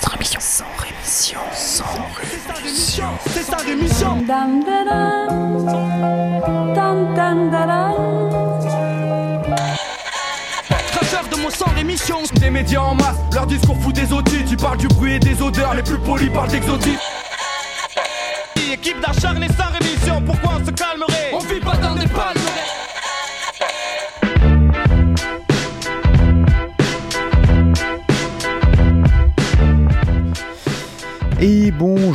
Sans rémission. Sans rémission. Sans rémission. C'est sa rémission. Dam da dam, dam dam da dam. Cracheur de mon sang rémission. Des médias en masse, leur discours fout des audits. Tu parles du bruit et des odeurs, les plus polis parlent d'exotiques. Équipe d'acharnés sans rémission, pourquoi on se calmerait? On vit pas dans des palmes. Et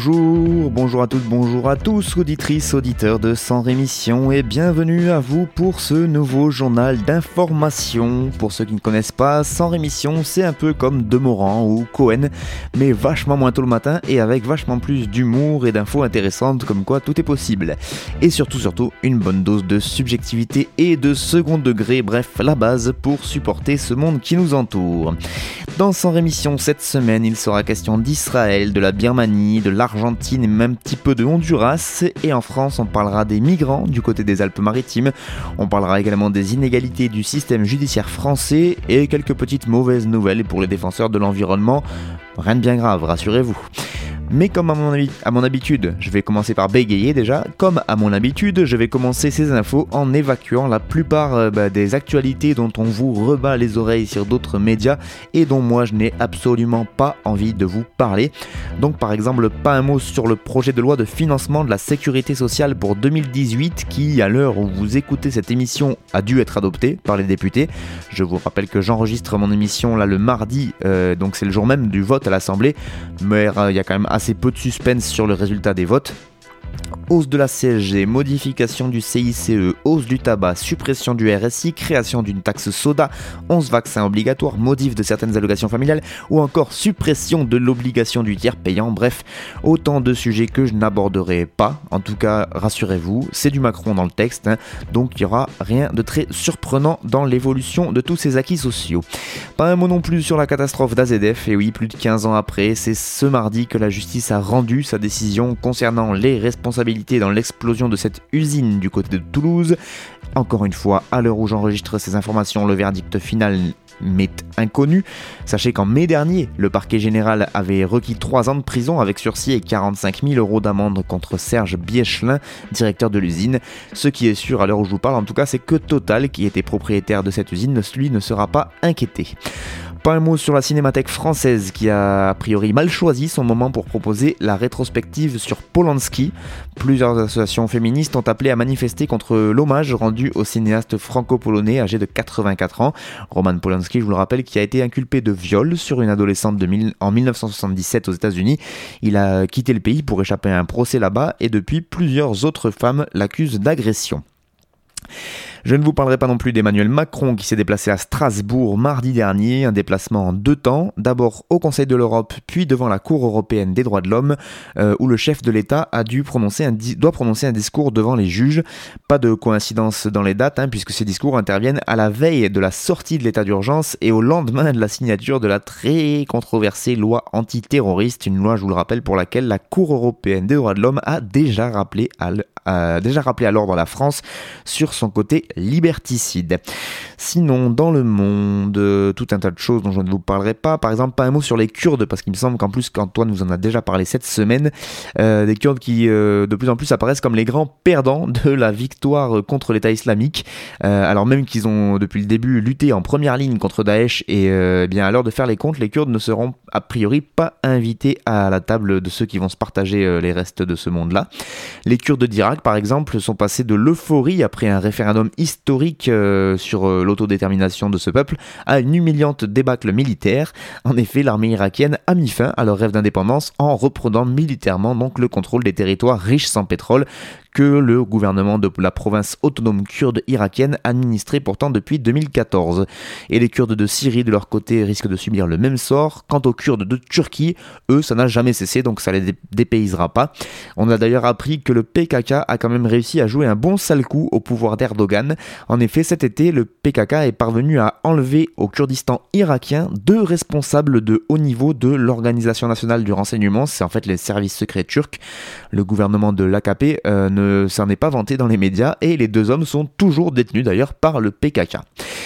bonjour à toutes, bonjour à tous, auditrices, auditeurs de Sans Rémission, et bienvenue à vous pour ce nouveau journal d'information. Pour ceux qui ne connaissent pas, Sans Rémission, c'est un peu comme Demorand ou Cohen, mais vachement moins tôt le matin et avec vachement plus d'humour et d'infos intéressantes, comme quoi tout est possible. Et surtout, une bonne dose de subjectivité et de second degré, bref, la base pour supporter ce monde qui nous entoure. Dans Sans Rémission, cette semaine, il sera question d'Israël, de la Birmanie, de l'Argentine et même un petit peu de Honduras. Et en France, on parlera des migrants du côté des Alpes-Maritimes. On parlera également des inégalités du système judiciaire français et quelques petites mauvaises nouvelles pour les défenseurs de l'environnement. Rien de bien grave, rassurez-vous. Mais comme à mon habitude, je vais commencer par bégayer déjà. Comme à mon habitude, je vais commencer ces infos en évacuant la plupart des actualités dont on vous rebat les oreilles sur d'autres médias et dont moi je n'ai absolument pas envie de vous parler. Donc par exemple, pas un mot sur le projet de loi de financement de la sécurité sociale pour 2018 qui, à l'heure où vous écoutez cette émission, a dû être adopté par les députés. Je vous rappelle que j'enregistre mon émission là le mardi, donc c'est le jour même du vote à l'Assemblée, mais il y a quand même assez peu de suspense sur le résultat des votes. Hausse de la CSG, modification du CICE, hausse du tabac, suppression du RSI, création d'une taxe soda, 11 vaccins obligatoires, modif de certaines allocations familiales ou encore suppression de l'obligation du tiers payant. Bref, autant de sujets que je n'aborderai pas. En tout cas, rassurez-vous, c'est du Macron dans le texte, donc il n'y aura rien de très surprenant dans l'évolution de tous ces acquis sociaux. Pas un mot non plus sur la catastrophe d'AZF, et oui, plus de 15 ans après, c'est ce mardi que la justice a rendu sa décision concernant les responsabilités dans l'explosion de cette usine du côté de Toulouse. Encore une fois, à l'heure où j'enregistre ces informations, le verdict final m'est inconnu. Sachez qu'en mai dernier, le parquet général avait requis 3 ans de prison avec sursis et 45 000 € d'amende contre Serge Biechelin, directeur de l'usine. Ce qui est sûr à l'heure où je vous parle, en tout cas, c'est que Total, qui était propriétaire de cette usine, lui ne sera pas inquiété. Pas un mot sur la Cinémathèque française qui a priori mal choisi son moment pour proposer la rétrospective sur Polanski. Plusieurs associations féministes ont appelé à manifester contre l'hommage rendu au cinéaste franco-polonais âgé de 84 ans. Roman Polanski, je vous le rappelle, qui a été inculpé de viol sur une adolescente en 1977 aux États-Unis. Il a quitté le pays pour échapper à un procès là-bas et depuis, plusieurs autres femmes l'accusent d'agression. Je ne vous parlerai pas non plus d'Emmanuel Macron qui s'est déplacé à Strasbourg mardi dernier, un déplacement en 2 temps, d'abord au Conseil de l'Europe puis devant la Cour européenne des droits de l'homme où le chef de l'État doit prononcer un discours devant les juges. Pas de coïncidence dans les dates puisque ces discours interviennent à la veille de la sortie de l'état d'urgence et au lendemain de la signature de la très controversée loi antiterroriste, une loi, je vous le rappelle, pour laquelle la Cour européenne des droits de l'homme a déjà rappelé à l'ordre la France sur son côté liberticide. Sinon, dans le monde, tout un tas de choses dont je ne vous parlerai pas. Par exemple, pas un mot sur les Kurdes, parce qu'il me semble qu'en plus qu'Antoine vous en a déjà parlé cette semaine. Des Kurdes qui de plus en plus apparaissent comme les grands perdants de la victoire contre l'État islamique. Alors même qu'ils ont depuis le début lutté en première ligne contre Daesh et bien à l'heure de faire les comptes, les Kurdes ne seront a priori pas invités à la table de ceux qui vont se partager les restes de ce monde-là. Les Kurdes d'Irak, par exemple, sont passés de l'euphorie après un référendum historique sur l'autodétermination de ce peuple à une humiliante débâcle militaire. En effet, l'armée irakienne a mis fin à leur rêve d'indépendance en reprenant militairement donc le contrôle des territoires riches sans pétrole que le gouvernement de la province autonome kurde irakienne administrait pourtant depuis 2014. Et les Kurdes de Syrie, de leur côté, risquent de subir le même sort. Quant aux Kurdes de Turquie, eux, ça n'a jamais cessé, donc ça les dépaysera pas. On a d'ailleurs appris que le PKK a quand même réussi à jouer un bon sale coup au pouvoir d'Erdogan. En effet, cet été, le PKK est parvenu à enlever au Kurdistan irakien 2 responsables de haut niveau de l'Organisation nationale du renseignement, c'est en fait les services secrets turcs. Le gouvernement de l'AKP ne s'en est pas vanté dans les médias et les 2 hommes sont toujours détenus d'ailleurs par le PKK.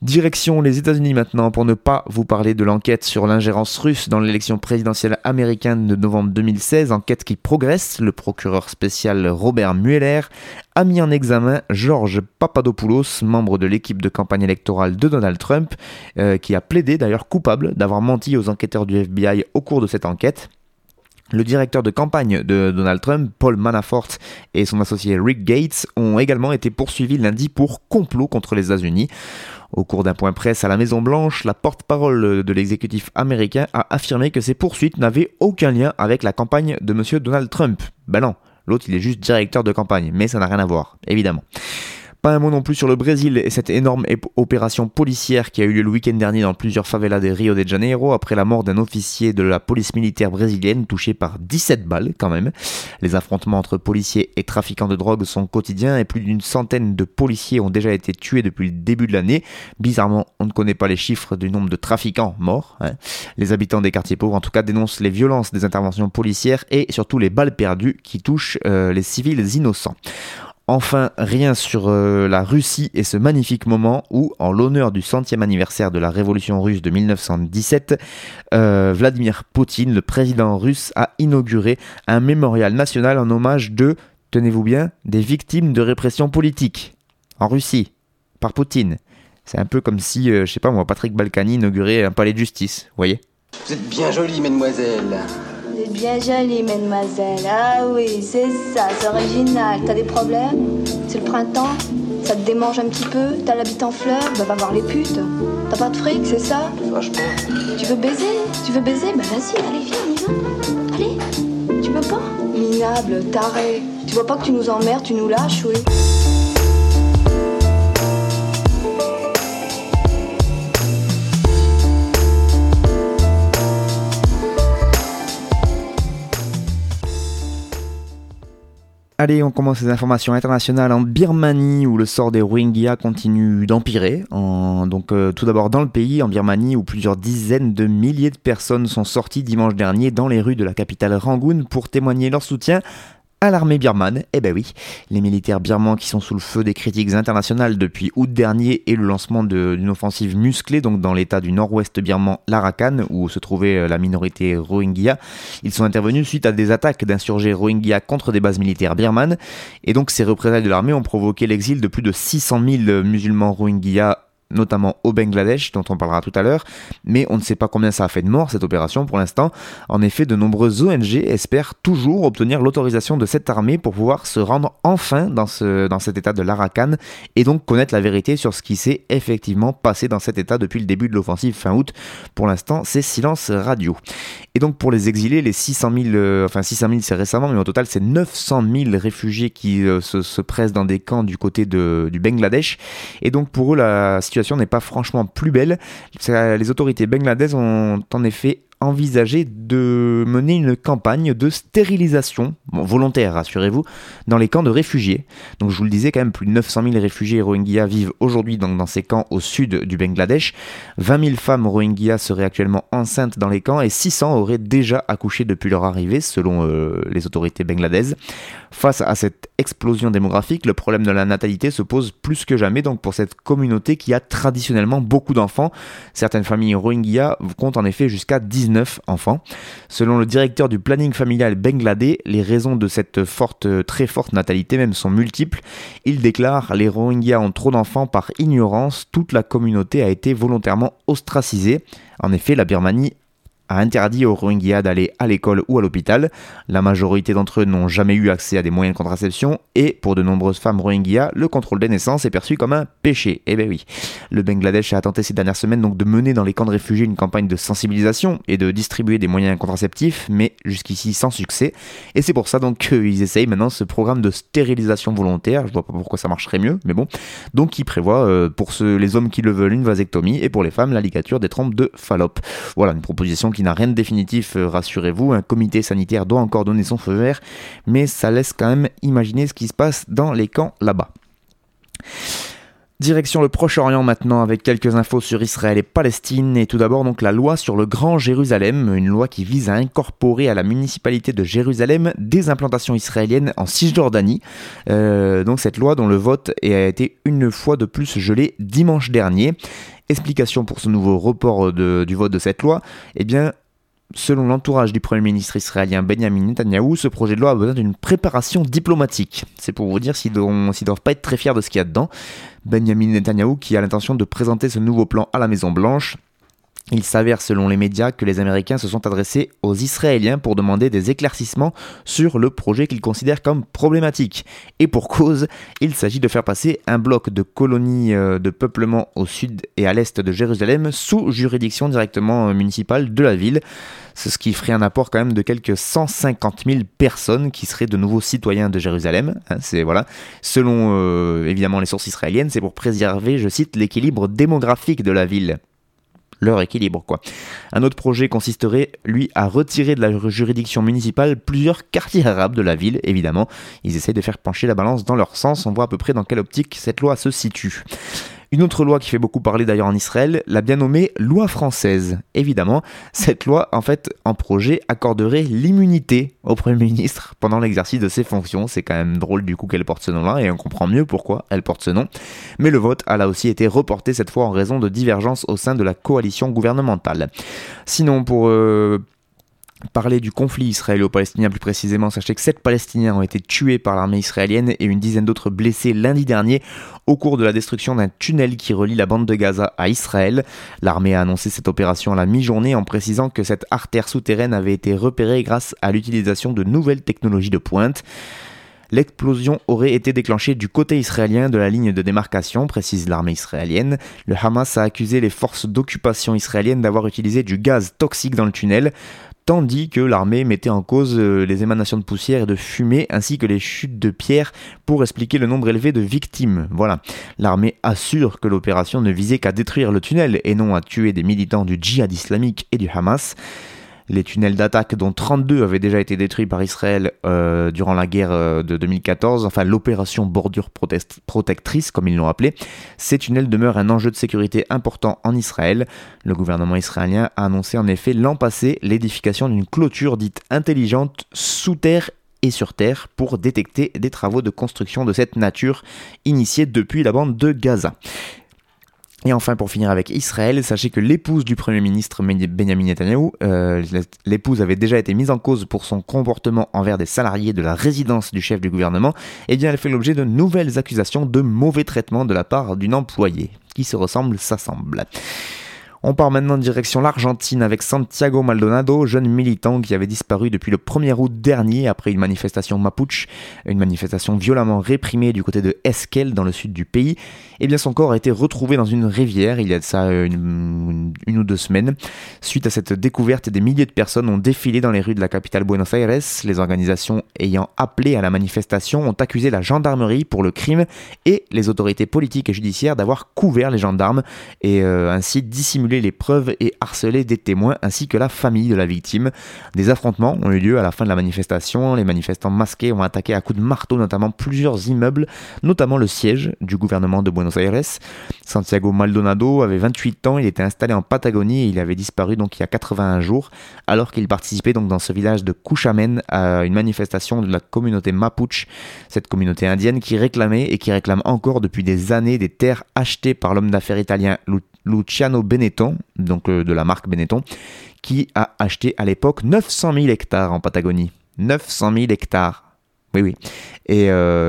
Direction les États-Unis maintenant pour ne pas vous parler de l'enquête sur l'ingérence russe dans l'élection présidentielle américaine de novembre 2016, enquête qui progresse. Le procureur spécial Robert Mueller a mis en examen George Papadopoulos, membre de l'équipe de campagne électorale de Donald Trump, qui a plaidé d'ailleurs coupable d'avoir menti aux enquêteurs du FBI au cours de cette enquête. Le directeur de campagne de Donald Trump, Paul Manafort, et son associé Rick Gates ont également été poursuivis lundi pour complot contre les États-Unis. Au cours d'un point presse à la Maison-Blanche, la porte-parole de l'exécutif américain a affirmé que ces poursuites n'avaient aucun lien avec la campagne de M. Donald Trump. Ben non, l'autre il est juste directeur de campagne, mais ça n'a rien à voir, évidemment. Pas un mot non plus sur le Brésil et cette énorme opération policière qui a eu lieu le week-end dernier dans plusieurs favelas de Rio de Janeiro après la mort d'un officier de la police militaire brésilienne touché par 17 balles quand même. Les affrontements entre policiers et trafiquants de drogue sont quotidiens et plus d'une centaine de policiers ont déjà été tués depuis le début de l'année. Bizarrement, on ne connaît pas les chiffres du nombre de trafiquants morts. Les habitants des quartiers pauvres en tout cas dénoncent les violences des interventions policières et surtout les balles perdues qui touchent les civils innocents. Enfin, rien sur la Russie et ce magnifique moment où, en l'honneur du 100e anniversaire de la révolution russe de 1917, Vladimir Poutine, le président russe, a inauguré un mémorial national en hommage de, tenez-vous bien, des victimes de répression politique en Russie, par Poutine. C'est un peu comme si, Patrick Balkany inaugurait un palais de justice, vous voyez ? Vous êtes bien jolie, mademoiselle. Vous êtes bien jolie, mademoiselle. Ah oui, c'est ça, c'est original. T'as des problèmes ? C'est le printemps ? Ça te démange un petit peu ? T'as la bite en fleurs ? Bah va voir les putes. T'as pas de fric, c'est ça ? Franchement. Tu veux baiser ? Bah vas-y, allez, viens, on y va. Allez, tu veux pas ? Minable, taré. Tu vois pas que tu nous emmerdes, tu nous lâches, oui. Allez, on commence les informations internationales en Birmanie où le sort des Rohingyas continue d'empirer. Tout d'abord dans le pays, en Birmanie, où plusieurs dizaines de milliers de personnes sont sorties dimanche dernier dans les rues de la capitale Rangoon pour témoigner leur soutien à l'armée birmane. Eh ben oui, les militaires birmans qui sont sous le feu des critiques internationales depuis août dernier et le lancement d'une offensive musclée donc dans l'état du nord-ouest birman, l'Arakan, où se trouvait la minorité Rohingya. Ils sont intervenus suite à des attaques d'insurgés Rohingyas contre des bases militaires birmanes. Et donc ces représailles de l'armée ont provoqué l'exil de plus de 600 000 musulmans Rohingyas, notamment au Bangladesh, dont on parlera tout à l'heure, mais on ne sait pas combien ça a fait de morts, cette opération, pour l'instant. En effet, de nombreuses ONG espèrent toujours obtenir l'autorisation de cette armée pour pouvoir se rendre enfin dans cet état de l'Arakan, et donc connaître la vérité sur ce qui s'est effectivement passé dans cet état depuis le début de l'offensive fin août. Pour l'instant, c'est silence radio. Et donc pour les exilés, les 600 000 c'est récemment, mais au total c'est 900 000 réfugiés qui se pressent dans des camps du côté du Bangladesh, et donc pour eux la situation n'est pas franchement plus belle. Les autorités bangladaises ont en effet envisagé de mener une campagne de stérilisation, volontaire rassurez-vous, dans les camps de réfugiés. Donc je vous le disais quand même, plus de 900 000 réfugiés Rohingyas vivent aujourd'hui dans ces camps au sud du Bangladesh. 20 000 femmes Rohingyas seraient actuellement enceintes dans les camps et 600 auraient déjà accouché depuis leur arrivée selon les autorités bangladaises. Face à cette explosion démographique, le problème de la natalité se pose plus que jamais donc pour cette communauté qui a traditionnellement beaucoup d'enfants. Certaines familles Rohingyas comptent en effet jusqu'à 19 enfants. Selon le directeur du planning familial bangladais, les raisons de cette très forte natalité même sont multiples. Il déclare: les Rohingyas ont trop d'enfants par ignorance, toute la communauté a été volontairement ostracisée. En effet, la Birmanie a interdit aux Rohingyas d'aller à l'école ou à l'hôpital. La majorité d'entre eux n'ont jamais eu accès à des moyens de contraception et pour de nombreuses femmes Rohingyas, le contrôle des naissances est perçu comme un péché. Eh ben oui. Le Bangladesh a tenté ces dernières semaines donc de mener dans les camps de réfugiés une campagne de sensibilisation et de distribuer des moyens contraceptifs, mais jusqu'ici sans succès. Et c'est pour ça donc qu'ils essayent maintenant ce programme de stérilisation volontaire. Je vois pas pourquoi ça marcherait mieux, mais bon. Donc il prévoit pour les hommes qui le veulent une vasectomie et pour les femmes la ligature des trompes de Fallope. Voilà une proposition qui n'a rien de définitif, rassurez-vous. Un comité sanitaire doit encore donner son feu vert, mais ça laisse quand même imaginer ce qui se passe dans les camps là-bas. Direction le Proche-Orient maintenant avec quelques infos sur Israël et Palestine. Et tout d'abord donc la loi sur le Grand Jérusalem, une loi qui vise à incorporer à la municipalité de Jérusalem des implantations israéliennes en Cisjordanie. Donc cette loi dont le vote a été une fois de plus gelé dimanche dernier. Explication pour ce nouveau report du vote de cette loi, eh bien, selon l'entourage du Premier ministre israélien Benjamin Netanyahou, ce projet de loi a besoin d'une préparation diplomatique. C'est pour vous dire s'ils doivent pas être très fiers de ce qu'il y a dedans. Benjamin Netanyahou qui a l'intention de présenter ce nouveau plan à la Maison-Blanche. Il s'avère, selon les médias, que les Américains se sont adressés aux Israéliens pour demander des éclaircissements sur le projet qu'ils considèrent comme problématique. Et pour cause, il s'agit de faire passer un bloc de colonies de peuplement au sud et à l'est de Jérusalem sous juridiction directement municipale de la ville. C'est ce qui ferait un apport quand même de quelques 150 000 personnes qui seraient de nouveaux citoyens de Jérusalem. Selon évidemment les sources israéliennes, c'est pour préserver, je cite, l'équilibre démographique de la ville. Leur équilibre, quoi. Un autre projet consisterait, lui, à retirer de la juridiction municipale plusieurs quartiers arabes de la ville, évidemment. Ils essayent de faire pencher la balance dans leur sens, on voit à peu près dans quelle optique cette loi se situe. Une autre loi qui fait beaucoup parler d'ailleurs en Israël, la bien nommée loi française. Évidemment, cette loi, en fait, en projet, accorderait l'immunité au Premier ministre pendant l'exercice de ses fonctions. C'est quand même drôle du coup qu'elle porte ce nom-là et on comprend mieux pourquoi elle porte ce nom. Mais le vote a là aussi été reporté cette fois en raison de divergences au sein de la coalition gouvernementale. Sinon, pour parler du conflit israélo-palestinien plus précisément, sachez que 7 Palestiniens ont été tués par l'armée israélienne et une dizaine d'autres blessés lundi dernier au cours de la destruction d'un tunnel qui relie la bande de Gaza à Israël. L'armée a annoncé cette opération à la mi-journée en précisant que cette artère souterraine avait été repérée grâce à l'utilisation de nouvelles technologies de pointe. L'explosion aurait été déclenchée du côté israélien de la ligne de démarcation, précise l'armée israélienne. Le Hamas a accusé les forces d'occupation israéliennes d'avoir utilisé du gaz toxique dans le tunnel, tandis que l'armée mettait en cause les émanations de poussière et de fumée ainsi que les chutes de pierres pour expliquer le nombre élevé de victimes. Voilà. L'armée assure que l'opération ne visait qu'à détruire le tunnel et non à tuer des militants du djihad islamique et du Hamas. Les tunnels d'attaque, dont 32 avaient déjà été détruits par Israël durant la guerre de 2014, enfin l'opération bordure protectrice, comme ils l'ont appelé. Ces tunnels demeurent un enjeu de sécurité important en Israël. Le gouvernement israélien a annoncé en effet l'an passé l'édification d'une clôture dite intelligente sous terre et sur terre pour détecter des travaux de construction de cette nature initiés depuis la bande de Gaza. Et enfin, pour finir avec Israël, sachez que l'épouse du Premier ministre Benjamin Netanyahou, l'épouse avait déjà été mise en cause pour son comportement envers des salariés de la résidence du chef du gouvernement, et bien elle fait l'objet de nouvelles accusations de mauvais traitement de la part d'une employée. Qui se ressemble, s'assemble. On part maintenant en direction l'Argentine avec Santiago Maldonado, jeune militant qui avait disparu depuis le 1er août dernier après une manifestation mapuche, une manifestation violemment réprimée du côté de Esquel dans le sud du pays. Et bien son corps a été retrouvé dans une rivière il y a de ça une ou 2 semaines. Suite à cette découverte, des milliers de personnes ont défilé dans les rues de la capitale Buenos Aires. Les organisations ayant appelé à la manifestation ont accusé la gendarmerie pour le crime et les autorités politiques et judiciaires d'avoir couvert les gendarmes et ainsi dissimulé les preuves et harceler des témoins ainsi que la famille de la victime. Des affrontements ont eu lieu à la fin de la manifestation. Les manifestants masqués ont attaqué à coups de marteau notamment plusieurs immeubles, notamment le siège du gouvernement de Buenos Aires. Santiago Maldonado avait 28 ans, il était installé en Patagonie et il avait disparu donc il y a 81 jours alors qu'il participait donc dans ce village de Cuchamen à une manifestation de la communauté mapuche, cette communauté indienne qui réclamait et qui réclame encore depuis des années des terres achetées par l'homme d'affaires italien Luciano Benetton, donc de la marque Benetton, qui a acheté à l'époque 900 000 hectares en Patagonie. 900 000 hectares. Oui. Et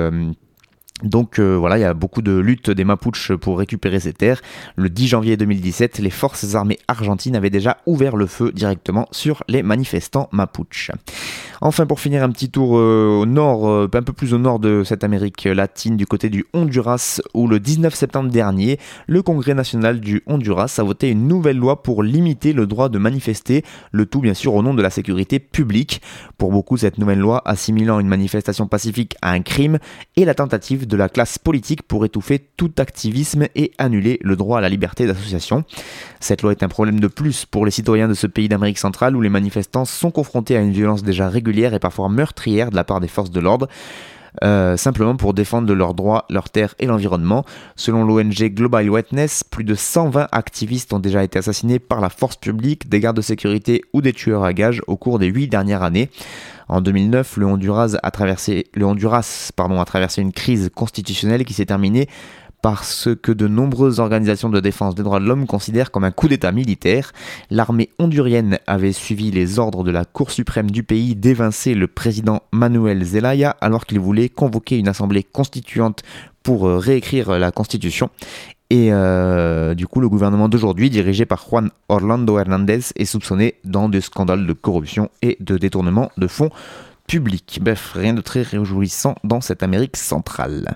donc voilà, il y a beaucoup de luttes des Mapuches pour récupérer ces terres. Le 10 janvier 2017, les forces armées argentines avaient déjà ouvert le feu directement sur les manifestants Mapuches. Enfin, pour finir, un petit tour au nord, un peu plus au nord de cette Amérique latine, du côté du Honduras, où le 19 septembre dernier, le Congrès national du Honduras a voté une nouvelle loi pour limiter le droit de manifester, le tout bien sûr au nom de la sécurité publique. Pour beaucoup, cette nouvelle loi assimilant une manifestation pacifique à un crime et la tentative de la classe politique pour étouffer tout activisme et annuler le droit à la liberté d'association. Cette loi est un problème de plus pour les citoyens de ce pays d'Amérique centrale où les manifestants sont confrontés à une violence déjà régulière et parfois meurtrière de la part des forces de l'ordre. simplement pour défendre leurs droits, leurs terres et l'environnement. Selon l'ONG Global Witness, plus de 120 activistes ont déjà été assassinés par la force publique, des gardes de sécurité ou des tueurs à gages au cours des 8 dernières années. En 2009, le Honduras a traversé une crise constitutionnelle qui s'est terminée par ce que de nombreuses organisations de défense des droits de l'homme considèrent comme un coup d'État militaire. L'armée hondurienne avait suivi les ordres de la Cour suprême du pays d'évincer le président Manuel Zelaya alors qu'il voulait convoquer une assemblée constituante pour réécrire la constitution. Et du coup, le gouvernement d'aujourd'hui, dirigé par Juan Orlando Hernández, est soupçonné dans des scandales de corruption et de détournement de fonds publics. Bref, rien de très réjouissant dans cette Amérique centrale.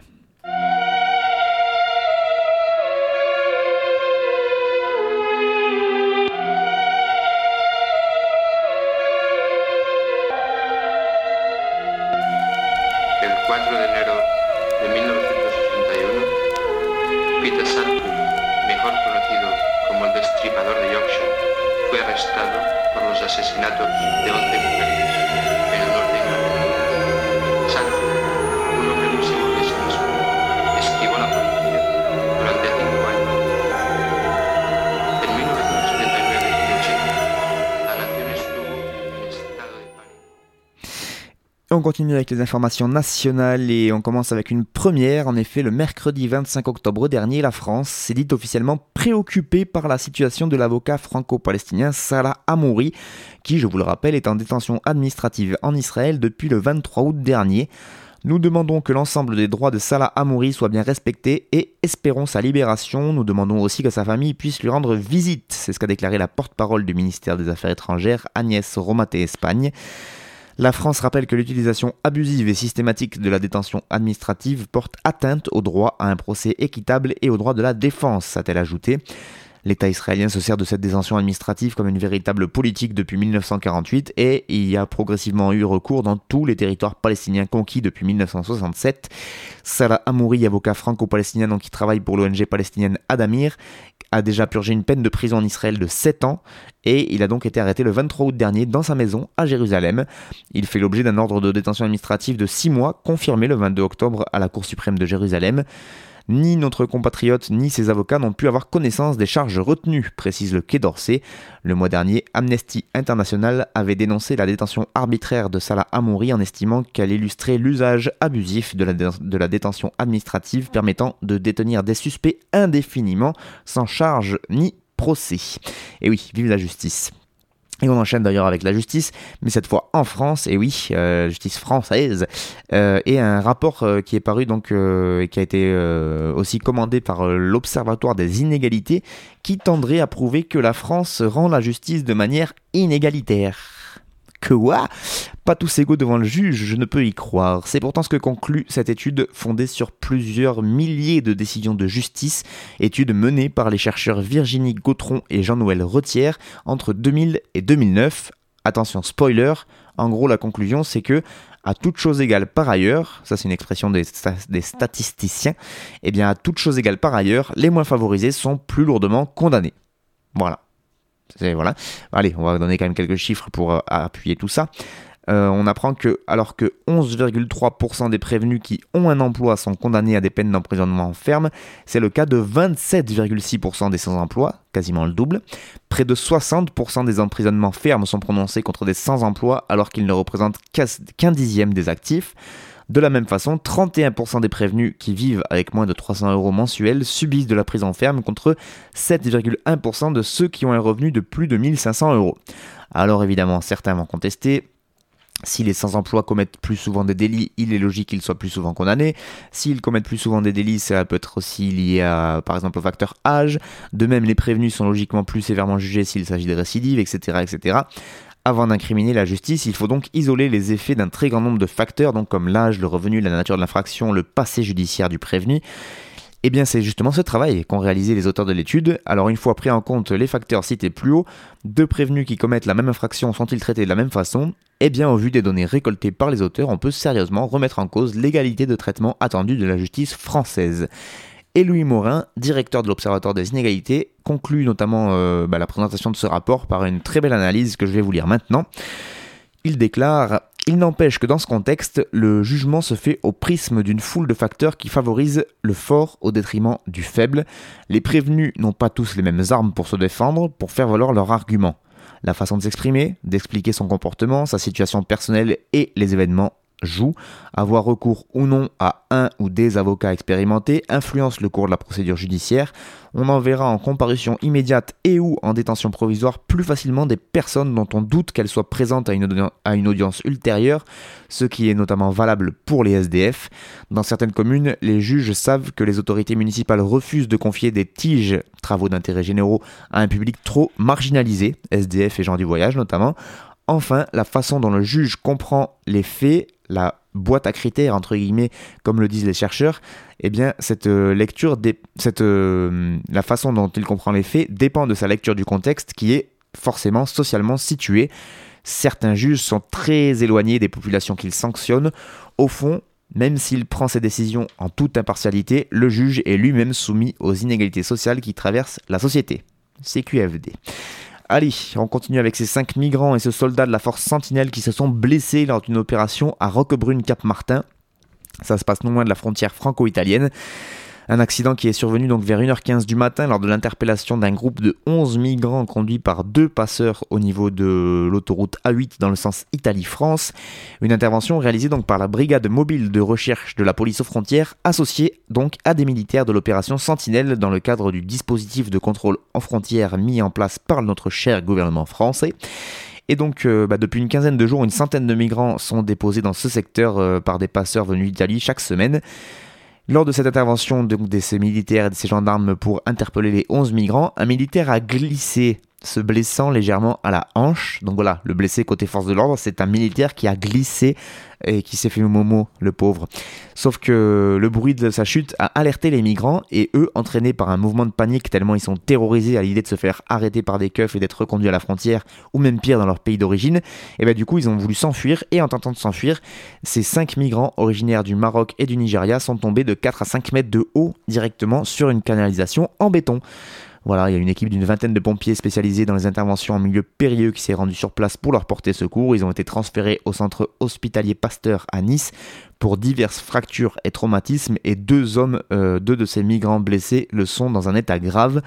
El 4 de enero de 1961, Peter Sanku, mejor conocido como el Destripador de Yorkshire, fue arrestado por los asesinatos de 11 mujeres en el norte de Inglaterra. Sanku, un hombre muy seguro de sí mismo, esquivó a la policía durante 5 años. En 1979 y 80, la nación estuvo en estado de pánico. On continue avec les informations nationales et on commence avec une première. En effet, le mercredi 25 octobre dernier, la France s'est dite officiellement préoccupée par la situation de l'avocat franco-palestinien Salah Hamouri, qui, je vous le rappelle, est en détention administrative en Israël depuis le 23 août dernier. Nous demandons que l'ensemble des droits de Salah Hamouri soient bien respectés et espérons sa libération. Nous demandons aussi que sa famille puisse lui rendre visite. C'est ce qu'a déclaré la porte-parole du ministère des Affaires étrangères, Agnès Romate-Espagne. La France rappelle que l'utilisation abusive et systématique de la détention administrative porte atteinte au droit à un procès équitable et au droit de la défense, a-t-elle ajouté. L'État israélien se sert de cette détention administrative comme une véritable politique depuis 1948 et il y a progressivement eu recours dans tous les territoires palestiniens conquis depuis 1967. Salah Hamouri, avocat franco-palestinien qui travaille pour l'ONG palestinienne Adamir, a déjà purgé une peine de prison en Israël de 7 ans et il a donc été arrêté le 23 août dernier dans sa maison à Jérusalem. Il fait l'objet d'un ordre de détention administrative de 6 mois confirmé le 22 octobre à la Cour suprême de Jérusalem. Ni notre compatriote ni ses avocats n'ont pu avoir connaissance des charges retenues, précise le Quai d'Orsay. Le mois dernier, Amnesty International avait dénoncé la détention arbitraire de Salah Hamouri en estimant qu'elle illustrait l'usage abusif de la détention administrative permettant de détenir des suspects indéfiniment sans charge ni procès. Et oui, vive la justice. Et on enchaîne d'ailleurs avec la justice, mais cette fois en France, et oui, justice française, et un rapport qui est paru donc, et qui a été aussi commandé par l'Observatoire des inégalités, qui tendrait à prouver que la France rend la justice de manière inégalitaire. Quoi ? Pas tous égaux devant le juge, je ne peux y croire. C'est pourtant ce que conclut cette étude fondée sur plusieurs milliers de décisions de justice, étude menée par les chercheurs Virginie Gautron et Jean-Noël Retière entre 2000 et 2009. Attention, spoiler, en gros la conclusion c'est que, à toute chose égale par ailleurs, ça c'est une expression des statisticiens, et bien à toute chose égale par ailleurs, les moins favorisés sont plus lourdement condamnés. Voilà. Voilà. Allez, on va donner quand même quelques chiffres pour appuyer tout ça. On apprend que, alors que 11,3% des prévenus qui ont un emploi sont condamnés à des peines d'emprisonnement ferme, c'est le cas de 27,6% des sans-emploi, quasiment le double. Près de 60% des emprisonnements fermes sont prononcés contre des sans-emploi alors qu'ils ne représentent qu'un dixième des actifs. De la même façon, 31% des prévenus qui vivent avec moins de 300 € mensuels subissent de la prison ferme contre 7,1% de ceux qui ont un revenu de plus de 1500 €. Alors évidemment, certains vont contester. Si les sans-emploi commettent plus souvent des délits, il est logique qu'ils soient plus souvent condamnés. S'ils commettent plus souvent des délits, ça peut être aussi lié à, par exemple, au facteur âge. De même, les prévenus sont logiquement plus sévèrement jugés s'il s'agit de récidives, etc., etc. Avant d'incriminer la justice, il faut donc isoler les effets d'un très grand nombre de facteurs, donc comme l'âge, le revenu, la nature de l'infraction, le passé judiciaire du prévenu. Eh bien, c'est justement ce travail qu'ont réalisé les auteurs de l'étude. Alors, une fois pris en compte les facteurs cités plus haut, deux prévenus qui commettent la même infraction sont-ils traités de la même façon ? Eh bien, au vu des données récoltées par les auteurs, on peut sérieusement remettre en cause l'égalité de traitement attendue de la justice française. Et Louis Morin, directeur de l'Observatoire des inégalités, conclut notamment la présentation de ce rapport par une très belle analyse que je vais vous lire maintenant. Il déclare « Il n'empêche que dans ce contexte, le jugement se fait au prisme d'une foule de facteurs qui favorisent le fort au détriment du faible. Les prévenus n'ont pas tous les mêmes armes pour se défendre, pour faire valoir leurs arguments. La façon de s'exprimer, d'expliquer son comportement, sa situation personnelle et les événements jouent. Avoir recours ou non à un ou des avocats expérimentés influence le cours de la procédure judiciaire. On enverra en comparution immédiate et ou en détention provisoire plus facilement des personnes dont on doute qu'elles soient présentes à une audience ultérieure, ce qui est notamment valable pour les SDF. Dans certaines communes, les juges savent que les autorités municipales refusent de confier des TIG, travaux d'intérêt généraux, à un public trop marginalisé, SDF et gens du voyage notamment. Enfin, la façon dont le juge comprend les faits, la boîte à critères, entre guillemets, comme le disent les chercheurs, eh bien, la façon dont il comprend les faits dépend de sa lecture du contexte qui est forcément socialement situé. Certains juges sont très éloignés des populations qu'ils sanctionnent. Au fond, même s'il prend ses décisions en toute impartialité, le juge est lui-même soumis aux inégalités sociales qui traversent la société. CQFD. Allez, on continue avec ces 5 migrants et ce soldat de la force Sentinelle qui se sont blessés lors d'une opération à Roquebrune-Cap-Martin. Ça se passe non loin de la frontière franco-italienne. Un accident qui est survenu donc vers 1h15 du matin lors de l'interpellation d'un groupe de 11 migrants conduits par 2 passeurs au niveau de l'autoroute A8 dans le sens Italie-France. Une intervention réalisée donc par la brigade mobile de recherche de la police aux frontières, associée donc à des militaires de l'opération Sentinelle dans le cadre du dispositif de contrôle aux frontières mis en place par notre cher gouvernement français. Et donc, depuis une quinzaine de jours, une centaine de migrants sont déposés dans ce secteur par des passeurs venus d'Italie chaque semaine. Lors de cette intervention de ces militaires et de ces gendarmes pour interpeller les 11 migrants, un militaire a glissé, se blessant légèrement à la hanche. Donc voilà, le blessé côté force de l'ordre, c'est un militaire qui a glissé et qui s'est fait momo, le pauvre. Sauf que le bruit de sa chute a alerté les migrants et eux, entraînés par un mouvement de panique tellement ils sont terrorisés à l'idée de se faire arrêter par des keufs et d'être reconduits à la frontière ou même pire dans leur pays d'origine, et du coup ils ont voulu s'enfuir et en tentant de s'enfuir, ces 5 migrants originaires du Maroc et du Nigeria sont tombés de 4 à 5 mètres de haut directement sur une canalisation en béton. Voilà, il y a une équipe d'une vingtaine de pompiers spécialisés dans les interventions en milieu périlleux qui s'est rendue sur place pour leur porter secours. Ils ont été transférés au centre hospitalier Pasteur à Nice pour diverses fractures et traumatismes et 2 de ces migrants blessés le sont dans un état grave.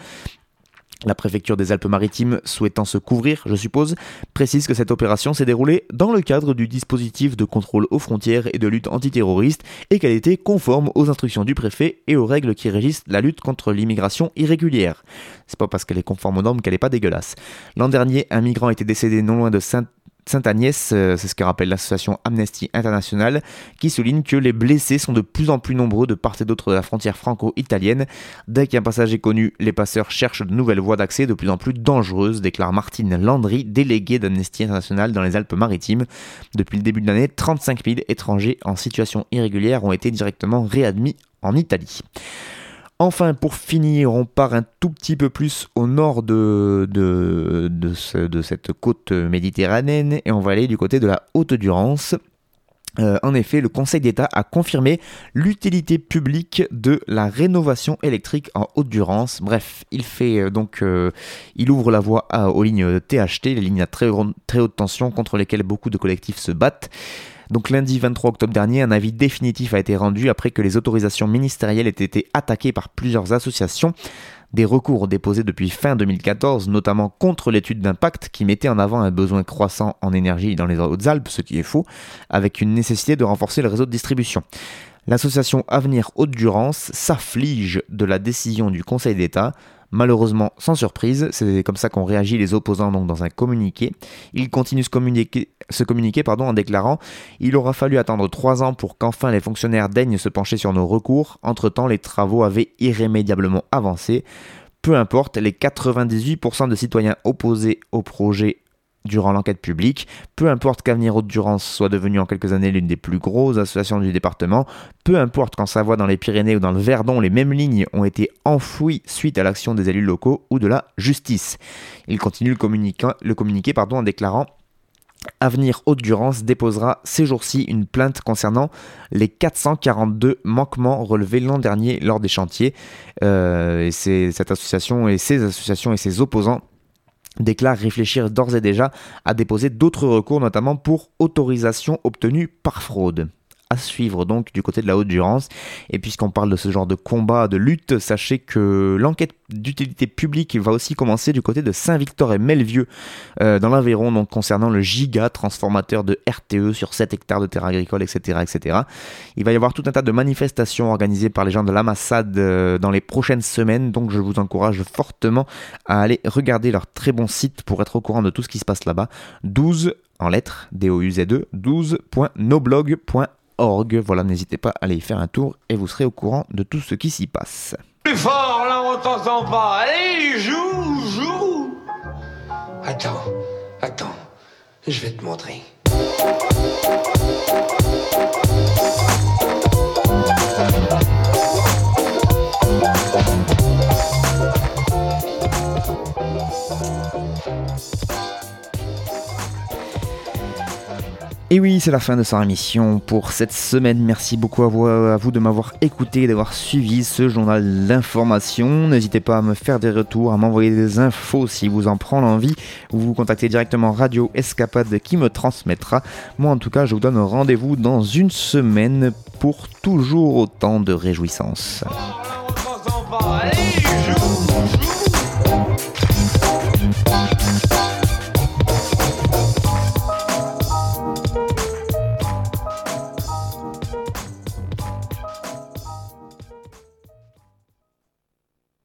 La préfecture des Alpes-Maritimes, souhaitant se couvrir, je suppose, précise que cette opération s'est déroulée dans le cadre du dispositif de contrôle aux frontières et de lutte antiterroriste et qu'elle était conforme aux instructions du préfet et aux règles qui régissent la lutte contre l'immigration irrégulière. C'est pas parce qu'elle est conforme aux normes qu'elle est pas dégueulasse. L'an dernier, un migrant était décédé non loin de Sainte-Agnès, c'est ce que rappelle l'association Amnesty International, qui souligne que les blessés sont de plus en plus nombreux de part et d'autre de la frontière franco-italienne. Dès qu'un passage est connu, les passeurs cherchent de nouvelles voies d'accès de plus en plus dangereuses, déclare Martine Landry, déléguée d'Amnesty International dans les Alpes-Maritimes. Depuis le début de l'année, 35 000 étrangers en situation irrégulière ont été directement réadmis en Italie. Enfin, pour finir, on part un tout petit peu plus au nord de cette côte méditerranéenne et on va aller du côté de la Haute-Durance. En effet, le Conseil d'État a confirmé l'utilité publique de la rénovation électrique en Haute-Durance. Bref, il ouvre la voie aux lignes THT, les lignes à très haute tension contre lesquelles beaucoup de collectifs se battent. Donc lundi 23 octobre dernier, un avis définitif a été rendu après que les autorisations ministérielles aient été attaquées par plusieurs associations. Des recours déposés depuis fin 2014, notamment contre l'étude d'impact qui mettait en avant un besoin croissant en énergie dans les Hautes-Alpes, ce qui est faux, avec une nécessité de renforcer le réseau de distribution. L'association Avenir Haute-Durance s'afflige de la décision du Conseil d'État. Malheureusement, sans surprise, c'est comme ça qu'ont réagi les opposants donc dans un communiqué. Ils continuent ce communiqué en déclarant « Il aura fallu attendre 3 ans pour qu'enfin les fonctionnaires daignent se pencher sur nos recours. Entre-temps, les travaux avaient irrémédiablement avancé. Peu importe, les 98% de citoyens opposés au projet durant l'enquête publique, peu importe qu'Avenir Haute-Durance soit devenu en quelques années l'une des plus grosses associations du département, peu importe qu'en Savoie, dans les Pyrénées ou dans le Verdon, les mêmes lignes ont été enfouies suite à l'action des élus locaux ou de la justice. » Il continue le communiqué en déclarant « Avenir Haute-Durance déposera ces jours-ci une plainte concernant les 442 manquements relevés l'an dernier lors des chantiers. » Et c'est cette association et ces associations et ses opposants déclare réfléchir d'ores et déjà à déposer d'autres recours, notamment pour autorisation obtenue par fraude. À suivre donc du côté de la Haute-Durance. Et puisqu'on parle de ce genre de combat, de lutte, sachez que l'enquête d'utilité publique va aussi commencer du côté de Saint-Victor et Melvieux dans l'Aveyron, donc concernant le giga transformateur de RTE sur 7 hectares de terres agricoles, etc., etc. Il va y avoir tout un tas de manifestations organisées par les gens de l'Amassade dans les prochaines semaines, donc je vous encourage fortement à aller regarder leur très bon site pour être au courant de tout ce qui se passe là-bas. 12 en lettres, DOUZ2, 12.noblog.org. Voilà, n'hésitez pas à aller y faire un tour et vous serez au courant de tout ce qui s'y passe. Plus fort, là on t'entend pas. Allez, joue. Attends, je vais te montrer. Et oui, c'est la fin de cette émission pour cette semaine. Merci beaucoup à vous de m'avoir écouté, d'avoir suivi ce journal d'information. N'hésitez pas à me faire des retours, à m'envoyer des infos si vous en prend l'envie. Vous contactez directement Radio Escapade qui me transmettra. Moi en tout cas, je vous donne rendez-vous dans une semaine pour toujours autant de réjouissances. Allez